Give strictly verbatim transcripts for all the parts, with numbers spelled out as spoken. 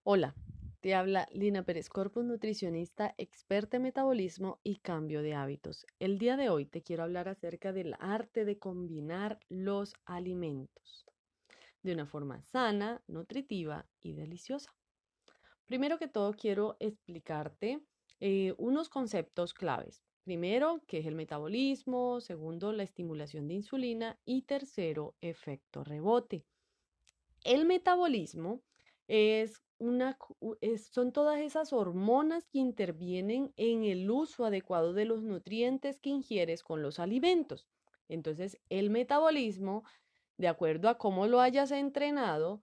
Hola, te habla Lina Pérez Corpus, nutricionista, experta en metabolismo y cambio de hábitos. El día de hoy te quiero hablar acerca del arte de combinar los alimentos de una forma sana, nutritiva y deliciosa. Primero que todo, quiero explicarte eh, unos conceptos claves. Primero, ¿qué es el metabolismo? Segundo, la estimulación de insulina. Y tercero, efecto rebote. El metabolismo es una, cu- es- son todas esas hormonas que intervienen en el uso adecuado de los nutrientes que ingieres con los alimentos. Entonces, el metabolismo, de acuerdo a cómo lo hayas entrenado,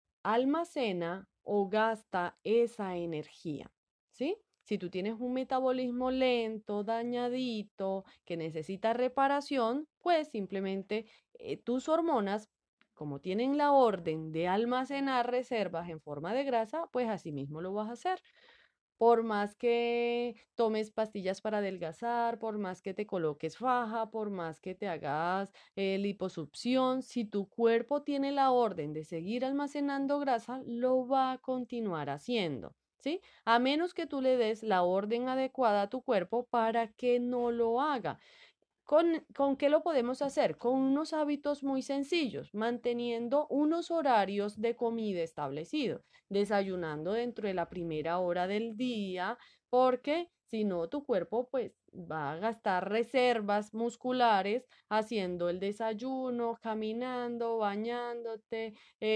almacena o gasta esa energía, ¿sí? Si tú tienes un metabolismo lento, dañadito, que necesita reparación, pues simplemente eh, tus hormonas, como tienen la orden de almacenar reservas en forma de grasa, pues así mismo lo vas a hacer. Por más que tomes pastillas para adelgazar, por más que te coloques faja, por más que te hagas eh, liposucción, si tu cuerpo tiene la orden de seguir almacenando grasa, lo va a continuar haciendo, ¿sí? A menos que tú le des la orden adecuada a tu cuerpo para que no lo haga. ¿Con, con qué lo podemos hacer? Con unos hábitos muy sencillos, manteniendo unos horarios de comida establecidos, desayunando dentro de la primera hora del día, porque si no, tu cuerpo pues va a gastar reservas musculares haciendo el desayuno, caminando, bañándote,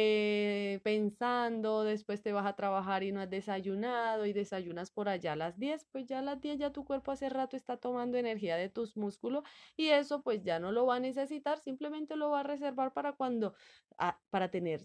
eh, pensando, después te vas a trabajar y no has desayunado y desayunas por allá a las diez, pues ya a las diez ya tu cuerpo hace rato está tomando energía de tus músculos y eso pues ya no lo va a necesitar, simplemente lo va a reservar para cuando, ah, para tener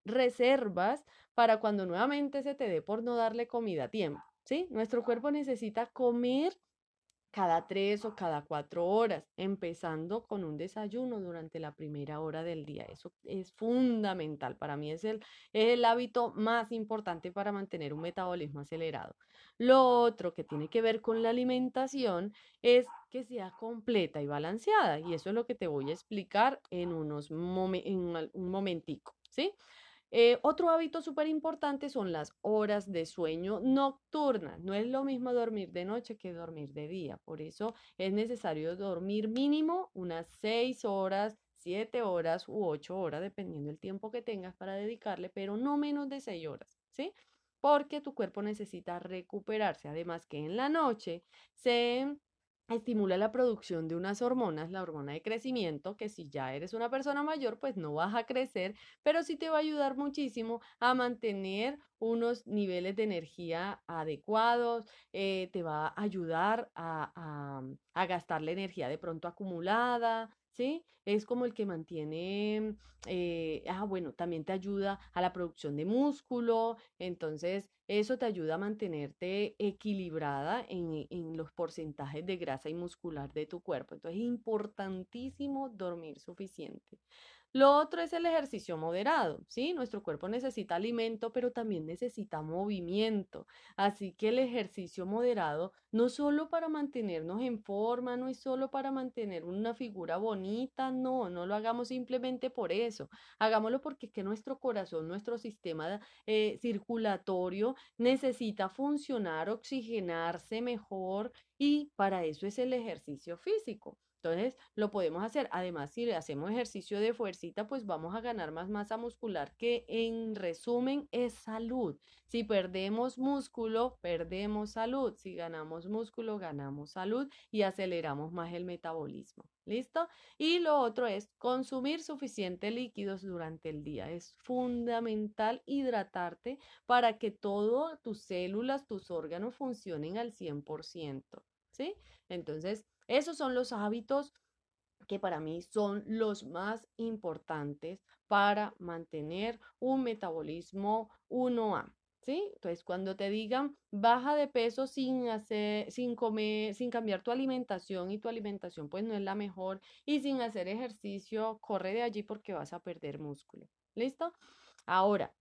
reservas para cuando nuevamente se te dé por no darle comida a tiempo, ¿sí? Nuestro cuerpo necesita comer cada tres o cada cuatro horas, empezando con un desayuno durante la primera hora del día. Eso es fundamental. Para mí es el, es el hábito más importante para mantener un metabolismo acelerado. Lo otro que tiene que ver con la alimentación es que sea completa y balanceada. Y eso es lo que te voy a explicar en, unos momen en un momentico, ¿sí? Eh, otro hábito súper importante son las horas de sueño nocturnas. No es lo mismo dormir de noche que dormir de día. Por eso es necesario dormir mínimo unas seis horas, siete horas u ocho horas, dependiendo del tiempo que tengas para dedicarle, pero no menos de seis horas, ¿sí? Porque tu cuerpo necesita recuperarse. Además que en la noche se estimula la producción de unas hormonas, la hormona de crecimiento, que si ya eres una persona mayor, pues no vas a crecer, pero sí te va a ayudar muchísimo a mantener unos niveles de energía adecuados, eh, te va a ayudar a, a, a gastar la energía de pronto acumulada, ¿sí? Es como el que mantiene, eh, ah, bueno, también te ayuda a la producción de músculo, entonces eso te ayuda a mantenerte equilibrada en, en los porcentajes de grasa y muscular de tu cuerpo. Entonces es importantísimo dormir suficiente. Lo otro es el ejercicio moderado, ¿sí? Nuestro cuerpo necesita alimento, pero también necesita movimiento. Así que el ejercicio moderado no solo para mantenernos en forma, no es solo para mantener una figura bonita, no, no lo hagamos simplemente por eso. Hagámoslo porque es que nuestro corazón, nuestro sistema eh, circulatorio necesita funcionar, oxigenarse mejor y para eso es el ejercicio físico. Entonces, lo podemos hacer. Además, si hacemos ejercicio de fuercita, pues vamos a ganar más masa muscular, que en resumen es salud. Si perdemos músculo, perdemos salud. Si ganamos músculo, ganamos salud y aceleramos más el metabolismo. ¿Listo? Y lo otro es consumir suficiente líquidos durante el día. Es fundamental hidratarte para que todas tus células, tus órganos funcionen al cien por ciento. ¿Sí? Entonces, esos son los hábitos que para mí son los más importantes para mantener un metabolismo uno A. ¿Sí? Entonces, cuando te digan baja de peso sin hacer, sin comer, sin cambiar tu alimentación y tu alimentación pues no es la mejor y sin hacer ejercicio, corre de allí porque vas a perder músculo. ¿Listo? Ahora,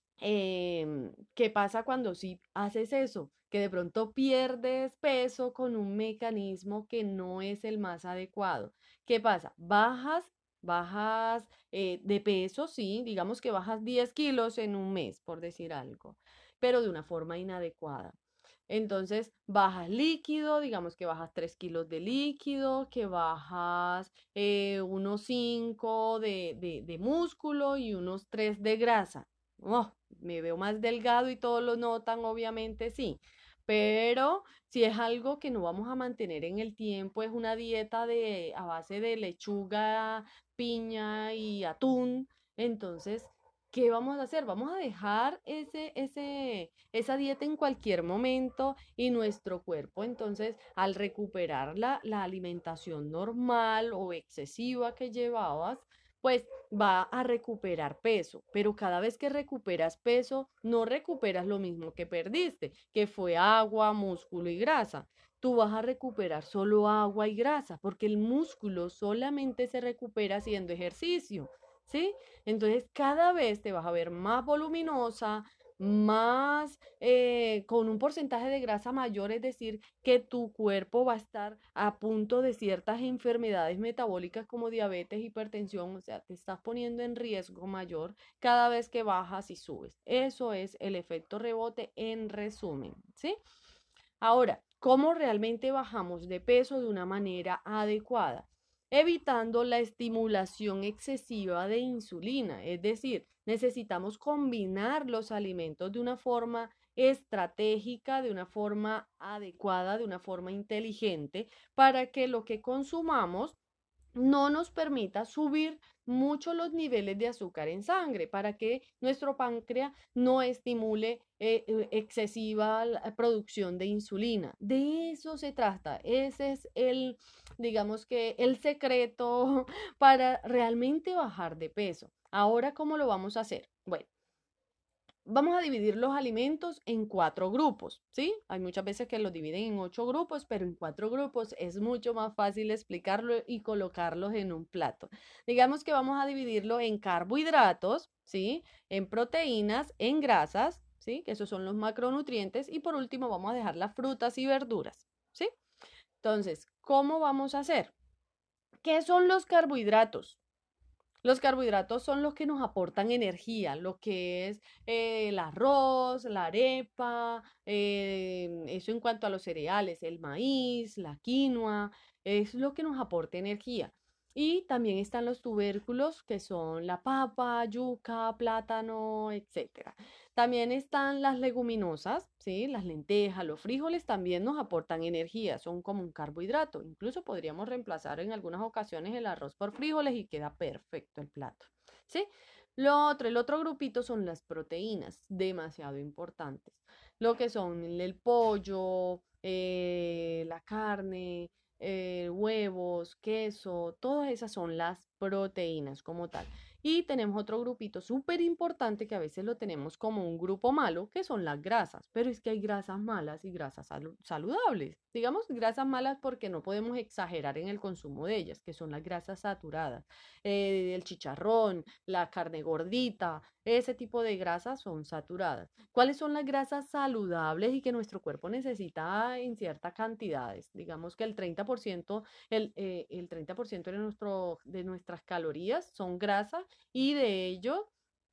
Em, ¿qué pasa cuando si haces eso? Que de pronto pierdes peso con un mecanismo que no es el más adecuado. ¿Qué pasa? Bajas, bajas eh, de peso, sí, digamos que bajas diez kilos en un mes, por decir algo. pero de una forma inadecuada. Entonces, bajas líquido, digamos que bajas tres kilos de líquido, que bajas eh, unos cinco de, de, de músculo y unos tres de grasa. Oh, me veo más delgado y todos lo notan, obviamente sí, pero si es algo que no vamos a mantener en el tiempo, es una dieta de, a base de lechuga, piña y atún, entonces, ¿qué vamos a hacer? Vamos a dejar ese, ese, esa dieta en cualquier momento y nuestro cuerpo, entonces, al recuperar la, la alimentación normal o excesiva que llevabas, pues va a recuperar peso, pero cada vez que recuperas peso, no recuperas lo mismo que perdiste, que fue agua, músculo y grasa. Tú vas a recuperar solo agua y grasa, porque el músculo solamente se recupera haciendo ejercicio, ¿sí? Entonces cada vez te vas a ver más voluminosa, más eh, con un porcentaje de grasa mayor, es decir, que tu cuerpo va a estar a punto de ciertas enfermedades metabólicas como diabetes, hipertensión, o sea, te estás poniendo en riesgo mayor cada vez que bajas y subes. Eso es el efecto rebote en resumen, ¿sí? Ahora, ¿cómo realmente bajamos de peso de una manera adecuada? Evitando la estimulación excesiva de insulina, es decir, necesitamos combinar los alimentos de una forma estratégica, de una forma adecuada, de una forma inteligente, para que lo que consumamos no nos permita subir mucho los niveles de azúcar en sangre, para que nuestro páncreas no estimule eh, eh, excesiva la producción de insulina. De eso se trata. Ese es el, digamos que, el secreto para realmente bajar de peso. Ahora, ¿cómo lo vamos a hacer? Bueno, vamos a dividir los alimentos en cuatro grupos, ¿sí? Hay muchas veces que los dividen en ocho grupos, pero en cuatro grupos es mucho más fácil explicarlo y colocarlos en un plato. Digamos que vamos a dividirlo en carbohidratos, ¿sí? En proteínas, en grasas, ¿sí? Que esos son los macronutrientes. Y por último vamos a dejar las frutas y verduras, ¿sí? Entonces, ¿cómo vamos a hacer? ¿Qué son los carbohidratos? Los carbohidratos son los que nos aportan energía, lo que es eh, el arroz, la arepa, eh, eso en cuanto a los cereales, el maíz, la quinoa, es lo que nos aporta energía. Y también están los tubérculos, que son la papa, yuca, plátano, etcétera. También están las leguminosas, ¿sí? Las lentejas, los frijoles también nos aportan energía, son como un carbohidrato. Incluso podríamos reemplazar en algunas ocasiones el arroz por frijoles y queda perfecto el plato, ¿sí? Lo otro, el otro grupito son las proteínas, demasiado importantes. Lo que son el pollo, eh, la carne, eh, huevos, queso, todas esas son las proteínas como tal. Y tenemos otro grupito súper importante que a veces lo tenemos como un grupo malo, que son las grasas. Pero es que hay grasas malas y grasas salu- saludables. Digamos grasas malas porque no podemos exagerar en el consumo de ellas, que son las grasas saturadas. Eh, el chicharrón, la carne gordita, ese tipo de grasas son saturadas. ¿Cuáles son las grasas saludables y que nuestro cuerpo necesita en ciertas cantidades? Digamos que el treinta por ciento, el, eh, el treinta por ciento de, nuestro, de nuestras calorías son grasas y de ello,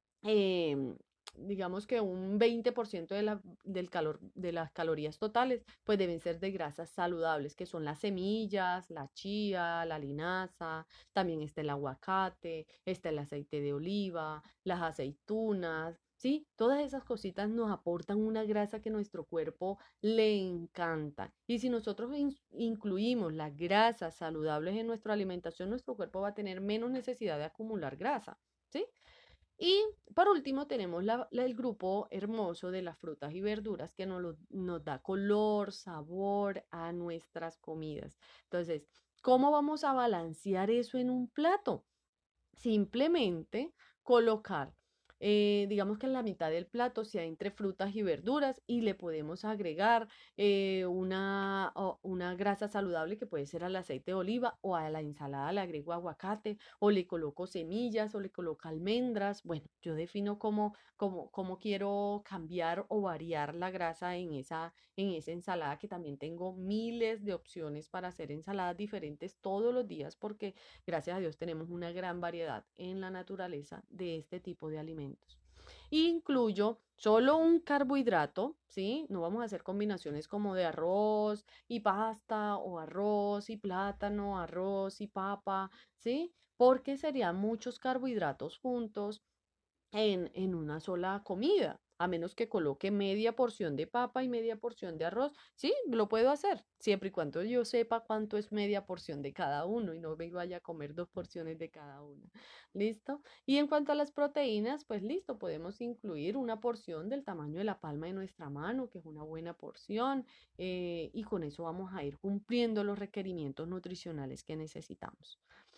em, digamos que un veinte por ciento de, la, del calor, de las calorías totales, pues deben ser de grasas saludables, que son las semillas, la chía, la linaza, también está el aguacate, está el aceite de oliva, las aceitunas. Sí, todas esas cositas nos aportan una grasa que nuestro cuerpo le encanta. Y si nosotros in- incluimos las grasas saludables en nuestra alimentación, nuestro cuerpo va a tener menos necesidad de acumular grasa. ¿Sí? Y por último tenemos la- la- el grupo hermoso de las frutas y verduras que nos, lo- nos da color, sabor a nuestras comidas. Entonces, ¿cómo vamos a balancear eso en un plato? Simplemente colocar, eh, digamos que en la mitad del plato sea entre frutas y verduras y le podemos agregar eh, una, o- una grasa saludable que puede ser al aceite de oliva o a la ensalada le agrego aguacate o le coloco semillas o le coloco almendras. Bueno, yo defino cómo, cómo, cómo quiero cambiar o variar la grasa en esa, en esa ensalada, que también tengo miles de opciones para hacer ensaladas diferentes todos los días porque gracias a Dios tenemos una gran variedad en la naturaleza de este tipo de alimentos. Incluyo solo un carbohidrato, ¿sí? No vamos a hacer combinaciones como de arroz y pasta o arroz y plátano, arroz y papa, ¿sí? Porque serían muchos carbohidratos juntos en, en una sola comida, a menos que coloque media porción de papa y media porción de arroz. Sí, lo puedo hacer, siempre y cuando yo sepa cuánto es media porción de cada uno y no me vaya a comer dos porciones de cada uno. ¿Listo? Y en cuanto a las proteínas, pues listo, podemos incluir una porción del tamaño de la palma de nuestra mano, que es una buena porción, eh, y con eso vamos a ir cumpliendo los requerimientos nutricionales que necesitamos.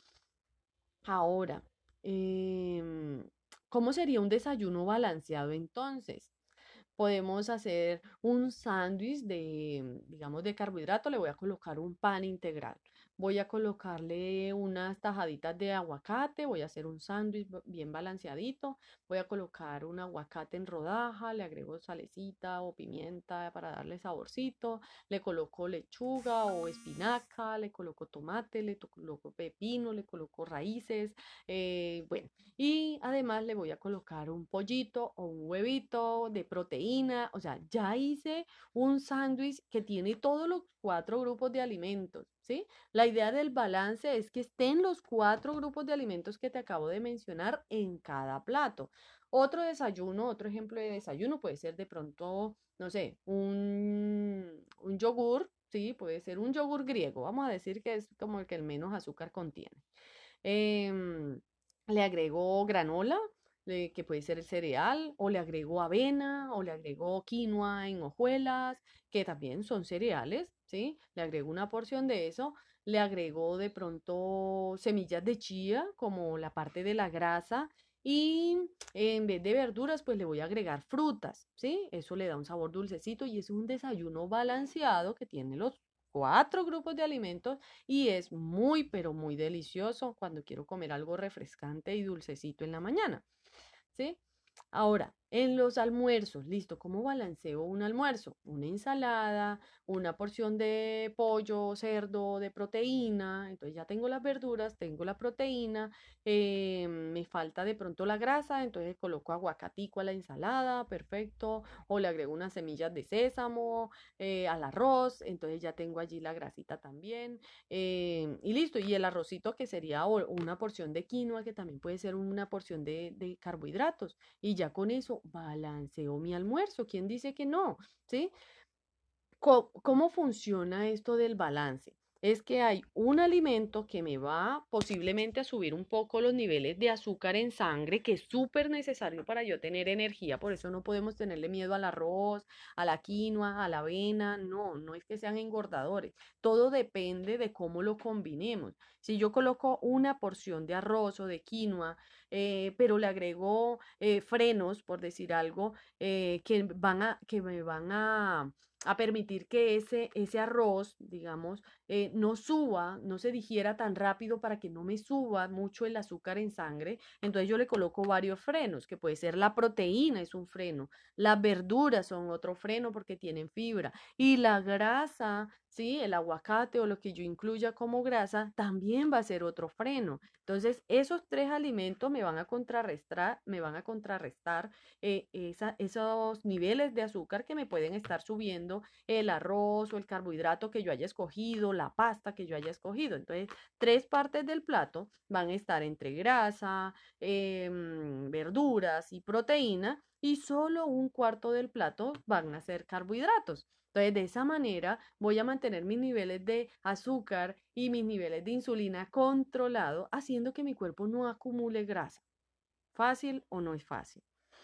Ahora, em, ¿cómo sería un desayuno balanceado entonces? Podemos hacer un sándwich de, digamos, de carbohidrato. Le voy a colocar un pan integral. Voy a colocarle unas tajaditas de aguacate. Voy a hacer un sándwich b- bien balanceadito. Voy a colocar un aguacate en rodaja. Le agrego salecita o pimienta para darle saborcito. Le coloco lechuga o espinaca. Le coloco tomate. Le to- coloco pepino. Le coloco raíces. eh, bueno. Y además le voy a colocar un pollito o un huevito de proteína. O sea, ya hice un sándwich que tiene todos los cuatro grupos de alimentos, ¿sí? La idea del balance es que estén los cuatro grupos de alimentos que te acabo de mencionar en cada plato. Otro desayuno, otro ejemplo de desayuno puede ser de pronto, no sé, un, un yogur, ¿sí? Puede ser un yogur griego. Vamos a decir que es como el que el menos azúcar contiene. Em, Le agrego granola, le- que puede ser el cereal, o le agrego avena, o le agrego quinoa en hojuelas, que también son cereales, ¿sí? Le agrego una porción de eso. Le agrego de pronto semillas de chía, como la parte de la grasa. Y en vez de verduras, pues le voy a agregar frutas, ¿sí? Eso le da un sabor dulcecito y es un desayuno balanceado que tiene los cuatro grupos de alimentos y es muy, pero muy delicioso cuando quiero comer algo refrescante y dulcecito en la mañana, ¿sí? Ahora, en los almuerzos, listo, ¿cómo balanceo un almuerzo? Una ensalada, una porción de pollo, cerdo, de proteína, entonces ya tengo las verduras, tengo la proteína, eh, me falta de pronto la grasa, entonces coloco aguacatico a la ensalada, perfecto, o le agrego unas semillas de sésamo eh, al arroz, entonces ya tengo allí la grasita también, eh, y listo, y el arrocito que sería o- una porción de quinoa, que también puede ser una porción de, de carbohidratos. Y ya con eso balanceo mi almuerzo. ¿Quién dice que no? ¿Sí? Co- ¿Cómo funciona esto del balance? Es que hay un alimento que me va posiblemente a subir un poco los niveles de azúcar en sangre, que es súper necesario para yo tener energía. Por eso no podemos tenerle miedo al arroz, a la quinoa, a la avena. No, no es que sean engordadores. Todo depende de cómo lo combinemos. Si yo coloco una porción de arroz o de quinoa, eh, pero le agrego eh, frenos, por decir algo, eh, que van a, que me van a a permitir que ese, ese arroz, digamos, eh, no suba, no se digiera tan rápido para que no me suba mucho el azúcar en sangre. Entonces yo le coloco varios frenos, que puede ser la proteína, es un freno, las verduras son otro freno porque tienen fibra y la grasa, sí, el aguacate o lo que yo incluya como grasa también va a ser otro freno. Entonces esos tres alimentos me van a contrarrestar, me van a contrarrestar eh, esa, esos niveles de azúcar que me pueden estar subiendo el arroz o el carbohidrato que yo haya escogido, la pasta que yo haya escogido. Entonces, tres partes del plato van a estar entre grasa, em, verduras y proteína y solo un cuarto del plato van a ser carbohidratos. Entonces, de esa manera voy a mantener mis niveles de azúcar y mis niveles de insulina controlados, haciendo que mi cuerpo no acumule grasa. ¿Fácil o no es fácil?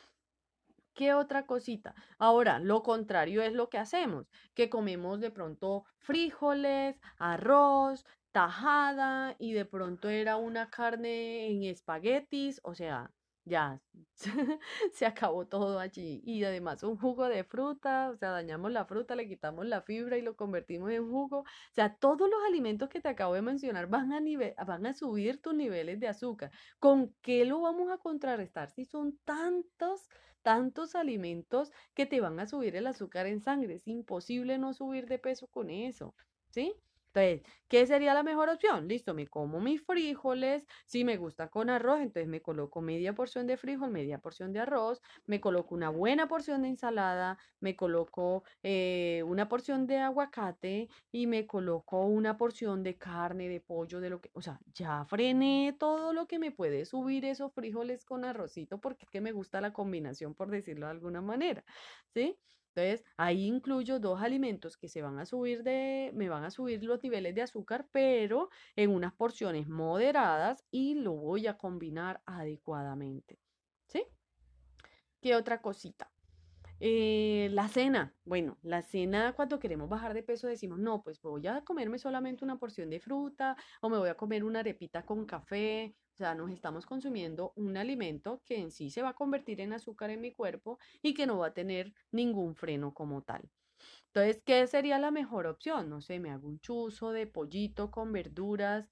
¿Qué otra cosita? Ahora, lo contrario es lo que hacemos, que comemos de pronto frijoles, arroz, tajada y de pronto era una carne en espaguetis, o sea, ya se acabó todo allí. Y además un jugo de fruta, o sea, dañamos la fruta, le quitamos la fibra y lo convertimos en jugo. O sea, todos los alimentos que te acabo de mencionar van a, nive- van a subir tus niveles de azúcar. ¿Con qué lo vamos a contrarrestar si son tantos? Tantos alimentos que te van a subir el azúcar en sangre. Es imposible no subir de peso con eso, ¿sí? Entonces, ¿qué sería la mejor opción? Listo, me como mis frijoles, si me gusta con arroz, entonces me coloco media porción de frijol, media porción de arroz, me coloco una buena porción de ensalada, me coloco eh, una porción de aguacate y me coloco una porción de carne, de pollo, de lo que, o sea, ya frené todo lo que me puede subir esos frijoles con arrocito porque es que me gusta la combinación, por decirlo de alguna manera, ¿sí? Entonces, ahí incluyo dos alimentos que se van a subir de, me van a subir los niveles de azúcar, pero en unas porciones moderadas y lo voy a combinar adecuadamente. ¿Sí? ¿Qué otra cosita? Eh, la cena. Bueno, la cena cuando queremos bajar de peso decimos, no, pues voy a comerme solamente una porción de fruta o me voy a comer una arepita con café. O sea, nos estamos consumiendo un alimento que en sí se va a convertir en azúcar en mi cuerpo y que no va a tener ningún freno como tal. Entonces, ¿qué sería la mejor opción? No sé, me hago un chuzo de pollito con verduras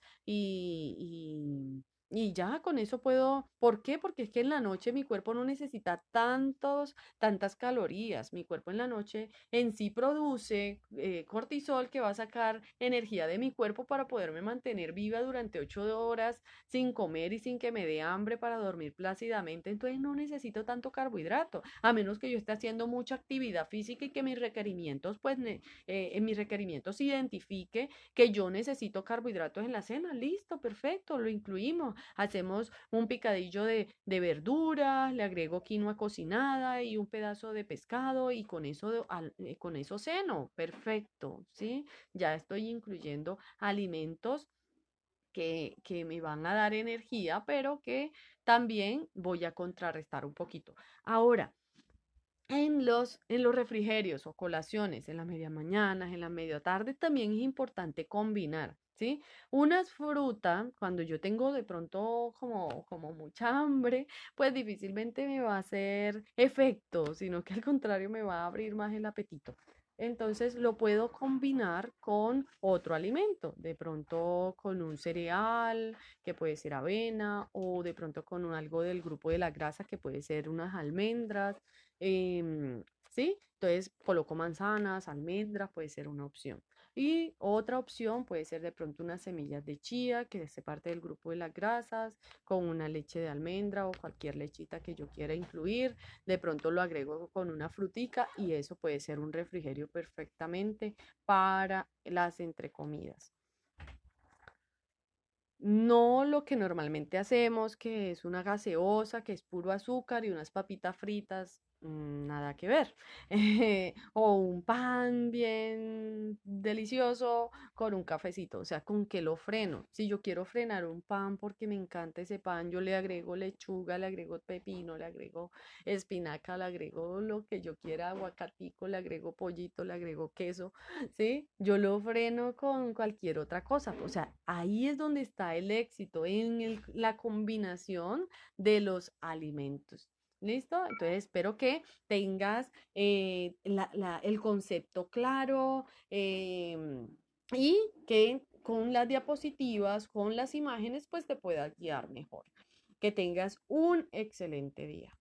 y, y, y ya con eso puedo. ¿Por qué? Porque es que en la noche mi cuerpo no necesita tantos, tantas calorías. Mi cuerpo en la noche en sí produce eh, cortisol que va a sacar energía de mi cuerpo para poderme mantener viva durante ocho horas sin comer y sin que me dé hambre para dormir plácidamente. Entonces no necesito tanto carbohidrato, a menos que yo esté haciendo mucha actividad física y que mis requerimientos, pues, ne- eh, en mis requerimientos identifique que yo necesito carbohidratos en la cena. Listo, perfecto, lo incluimos. Hacemos un picadillo de, de verduras, le agrego quinoa cocinada y un pedazo de pescado y con eso, de- al- eh, con eso ceno. Perfecto, ¿sí? Ya estoy incluyendo alimentos que, que me van a dar energía, pero que también voy a contrarrestar un poquito. Ahora, en los, en los refrigerios o colaciones, en las media mañanas, en la media tarde, también es importante combinar, ¿sí? Unas frutas, cuando yo tengo de pronto como, como mucha hambre, pues difícilmente me va a hacer efecto, sino que al contrario me va a abrir más el apetito. Entonces lo puedo combinar con otro alimento, de pronto con un cereal, que puede ser avena, o de pronto con un- algo del grupo de la grasa, que puede ser unas almendras. Em, ¿sí? Entonces coloco manzanas, almendras, puede ser una opción. Y otra opción puede ser de pronto unas semillas de chía, que hace parte del grupo de las grasas, con una leche de almendra o cualquier lechita que yo quiera incluir. De pronto lo agrego con una frutica y eso puede ser un refrigerio perfectamente para las entrecomidas. No lo que normalmente hacemos, que es una gaseosa, que es puro azúcar y unas papitas fritas, mm, nada que ver. Eh, o un pan bien delicioso con un cafecito, o sea, ¿con qué lo freno? Si yo quiero frenar un pan porque me encanta ese pan, yo le agrego lechuga, le agrego pepino, le agrego espinaca, le agrego lo que yo quiera, aguacatico, le agrego pollito, le agrego queso. ¿Sí? Yo lo freno con cualquier otra cosa. O sea, ahí es donde está el éxito, en el- la combinación de los alimentos. ¿Listo? Entonces espero que tengas eh, la- la- el concepto claro em, y que con las diapositivas, con las imágenes, pues te puedas guiar mejor. Que tengas un excelente día.